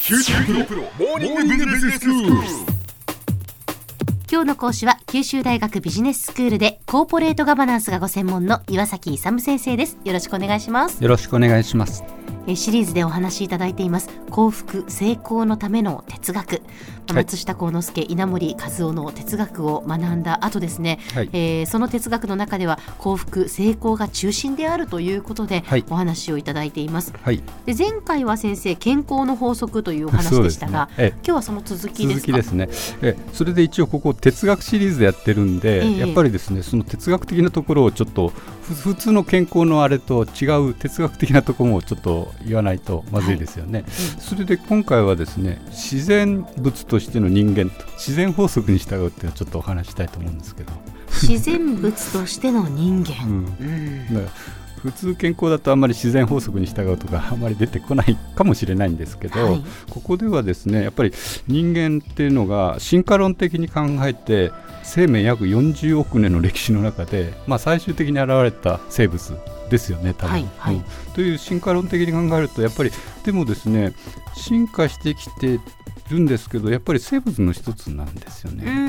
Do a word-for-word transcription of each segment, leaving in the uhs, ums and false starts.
キューティープロモーニングビジネススクール。 今日の講師は九州大学ビジネススクールでコーポレートガバナンスがご専門の岩崎勇先生です。よろしくお願いします。 よろしくお願いします。 えシリーズでお話しいただいています幸福成功のための哲学、はい、松下幸之助稲森和夫の哲学を学んだ後ですね、はい、えー、その哲学の中では幸福成功が中心であるということで、はい、お話をいただいています、はい、で前回は先生健康の法則というお話でしたが、ね、今日はその続きですか。 続きですね。えそれで一応ここ哲学シリーズでやってるんで、えー、やっぱりですねその哲学的なところをちょっと普通の健康のあれと違う哲学的なところもちょっと言わないとまずいですよね、はい、うん、それで今回はですね自然物としての人間と自然法則に従うっていうのをちょっとお話したいと思うんですけど、 自然物としての人間、うんうん、 だから普通健康だとあんまり自然法則に従うとかあんまり出てこないかもしれないんですけど、はい、ここではですねやっぱり人間っていうのが進化論的に考えて生命約よんじゅうおくねんの歴史の中で、まあ、最終的に現れた生物ですよね多分、はいはい、うん、という進化論的に考えるとやっぱりでもですね進化してきてるんですけどやっぱり生物の一つなんですよね。うん、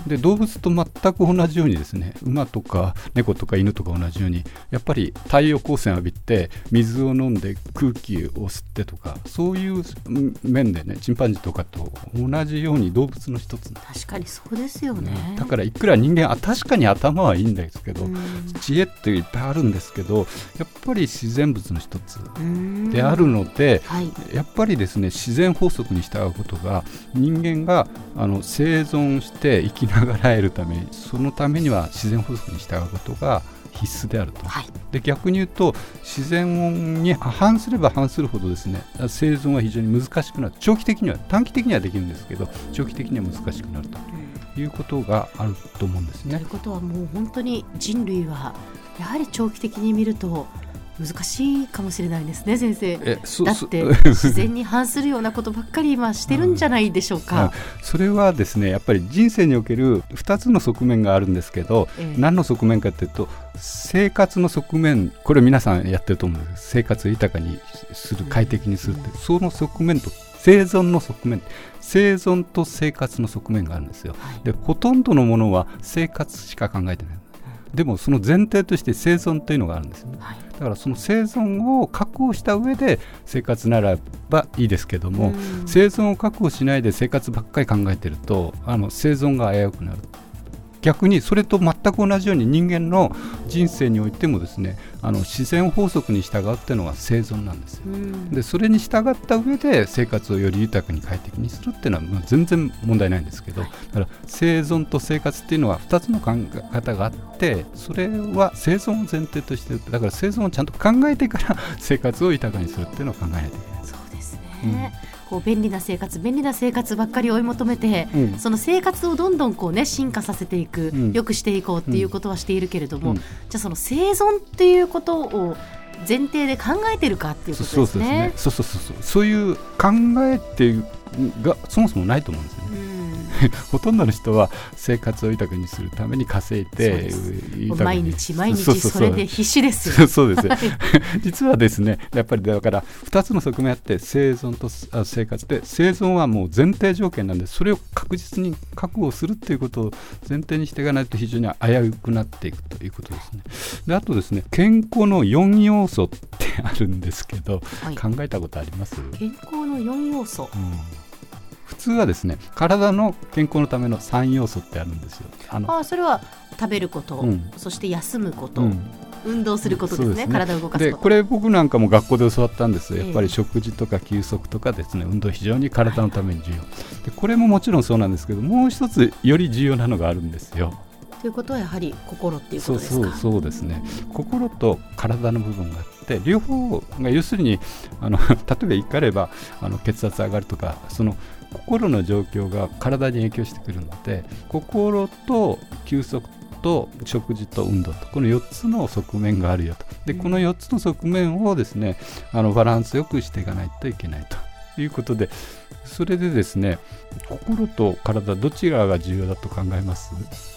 で動物と全く同じようにですね馬とか猫とか犬とか同じようにやっぱり太陽光線を浴びて水を飲んで空気を吸ってとかそういう面でねチンパンジーとかと同じように動物の一つなんです。 確かにそうですよね、 うん、だからいくら人間あ確かに頭はいいんですけど、うん、知恵っていっぱいあるんですけどやっぱり自然物の一つであるので、はい、やっぱりですね自然法則に従うことが人間があの生存して生きながらえるためにそのためには自然法則に従うことが必須であると、はい、で逆に言うと自然に反すれば反するほどですね生存は非常に難しくなる。長期的には短期的にはできるんですけど長期的には難しくなるということがあると思うんですね。 ということはもう本当に人類はやはり長期的に見ると難しいかもしれないですね先生。えそだって自然に反するようなことばっかり今してるんじゃないでしょうか、 うん、それはですねやっぱり人生におけるふたつの側面があるんですけど、えー、何の側面かというと生活の側面これ皆さんやってると思うんです。生活を豊かにする快適にするって、うん、その側面と生存の側面生存と生活の側面があるんですよ、はい、でほとんどのものは生活しか考えてない。でもその前提として生存というのがあるんですよね、はい、だからその生存を確保した上で生活ならばいいですけども、生存を確保しないで生活ばっかり考えてるとあの生存が危うくなる。逆にそれと全く同じように人間の人生においてもですねあの自然法則に従うっていうのが生存なんですよ。でそれに従った上で生活をより豊かに快適にするっていうのは、まあ、全然問題ないんですけど、だから生存と生活っていうのはふたつの考え方があってそれは生存を前提としてだから生存をちゃんと考えてから生活を豊かにするっていうのを考えないといけない。 そうですね、うん、こう便利な生活便利な生活ばっかり追い求めて、うん、その生活をどんどんこう、ね、進化させていく、うん、良くしていこうっていうことはしているけれども、うん、じゃあその生存っていうことを前提で考えてるかっていうことですね。 そうそうそうそうそういう考えってがそもそもないと思うんですよね、うん、ほとんどの人は生活を豊かにするために稼いで毎日毎日それで必死ですよ。 そうです実はですねやっぱりだからふたつの側面あって生存と生活で生存はもう前提条件なんでそれを確実に確保するっていうことを前提にしていかないと非常に危うくなっていくということですね。であとですね健康のよん要素ってあるんですけど、はい、考えたことあります？ 健康のよん要素、うん、 普通はですね体の健康のためのさん要素ってあるんですよ。 あのあそれは食べること、うん、そして休むこと、うん、運動することですね、うん、体を動かすことでこれ僕なんかも学校で教わったんですよ。やっぱり食事とか休息とかですね運動非常に体のために重要、はい、でこれももちろんそうなんですけどもう一つより重要なのがあるんですよ。 ということはやはり心っていうことですか？ そうそうそうですね。心と体の部分があって両方が要するにあの例えば言い換えればあの血圧上がるとかその心の状況が体に影響してくるので心と休息と食事と運動とこのよっつの側面があるよと。でこのよっつの側面をですねあのバランスよくしていかないといけないということでそれでですね心と体どちらが重要だと考えます？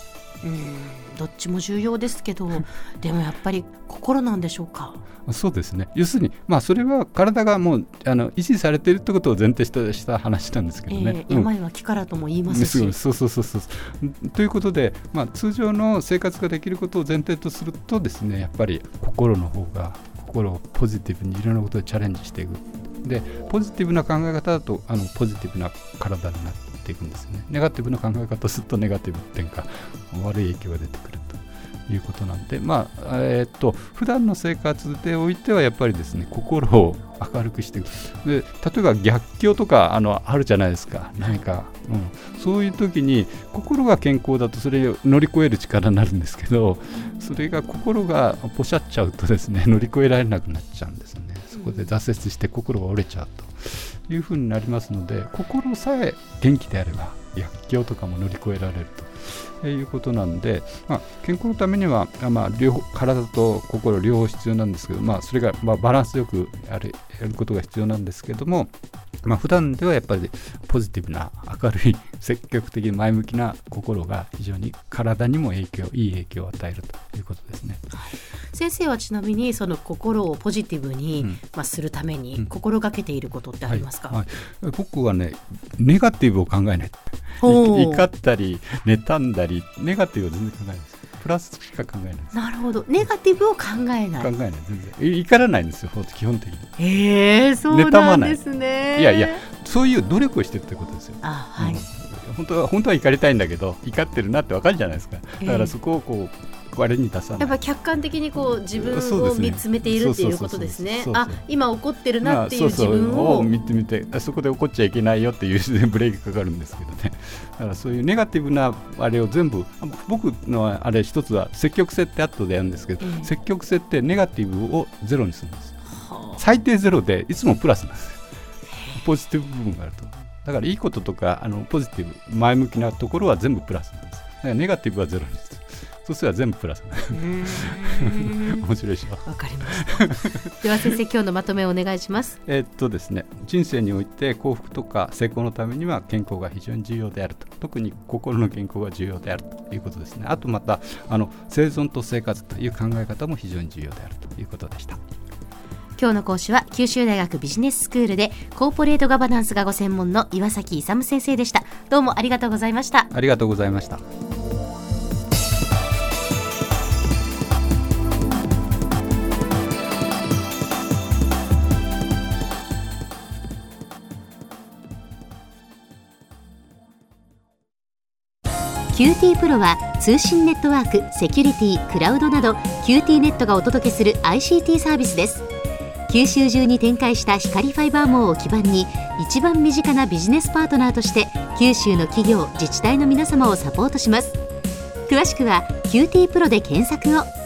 うん、どっちも重要ですけどでもやっぱり心なんでしょうか。 そうですね。要するに、まあ、それは体がもうあの維持されているということを前提したした話なんですけどね、 えー、病は気からとも言いますし、 うん、そうそうそうそうということで、まあ、通常の生活ができることを前提とするとですね、やっぱり心の方が心をポジティブにいろんなことでチャレンジしていく。でポジティブな考え方だとあのポジティブな体になっていくんですね。ネガティブな考え方をするとネガティブ点か悪い影響が出てくるということなんで、まあえー、っと普段の生活でおいてはやっぱりですね、心を明るくしていく。で例えば逆境とかあのあるじゃないですか、何か、うん、そういう時に心が健康だとそれを乗り越える力になるんですけど、それが心がポシャっちゃうとですね、乗り越えられなくなっちゃうんですね。そこで挫折して心が折れちゃうというふうになりますので、心さえ元気であれば逆境とかも乗り越えられるということなんで、まあ、健康のためには、まあ、両方体と心両方必要なんですけど、まあ、それがまあバランスよくやる、やることが必要なんですけども、まあ、普段ではやっぱりポジティブな明るい積極的前向きな心が非常に体にも影響いい影響を与えるということですね。 先生はちなみにその心をポジティブに、うんまあ、するために心がけていることってありますか？ はいはい、僕はね、ネガティブを考えない。怒ったり妬んだりネガティブを全然考えないです。プラスしか考えないです。 なるほど、ネガティブを考えない。 考えない、全然怒らないんですよ、基本的に。 へえ、そうなんですね。 いやいや、そういう努力をしてるってことですよ。 あ、はい、うん、 本当は本当は怒りたいんだけど怒ってるなって分かるじゃないですか。だからそこをこう我に出さない。やっぱ客観的にこう自分を見つめているっていうことですね。あ、今怒ってるなっていう自分を、まあ、そうそうを見てみて、そこで怒っちゃいけないよっていうブレーキかかるんですけどね。だからそういうネガティブなあれを全部、僕のあれ一つは積極性って後でやるんですけど、うん、積極性ってネガティブをゼロにするんです。最低ゼロでいつもプラスなんです。ポジティブ部分があると。だからいいこととかあのポジティブ前向きなところは全部プラスなんです。だからネガティブはゼロにする。そうすれば全部プラス。面白いでしょ。 わかりました。では先生、今日のまとめをお願いします。 えーっとですね、人生において幸福とか成功のためには健康が非常に重要であると。特に心の健康が重要であるということですね。あとまたあの生存と生活という考え方も非常に重要であるということでした。 今日の講師は九州大学ビジネススクールでコーポレートガバナンスがご専門の岩崎勇先生でした。どうもありがとうございました。 ありがとうございました。 キューティー プロは通信ネットワーク、セキュリティ、クラウドなど キューティー ネットがお届けする アイシーティー サービスです。九州中に展開した光ファイバー網を基盤に一番身近なビジネスパートナーとして九州の企業、自治体の皆様をサポートします。詳しくは キューティー プロで検索を。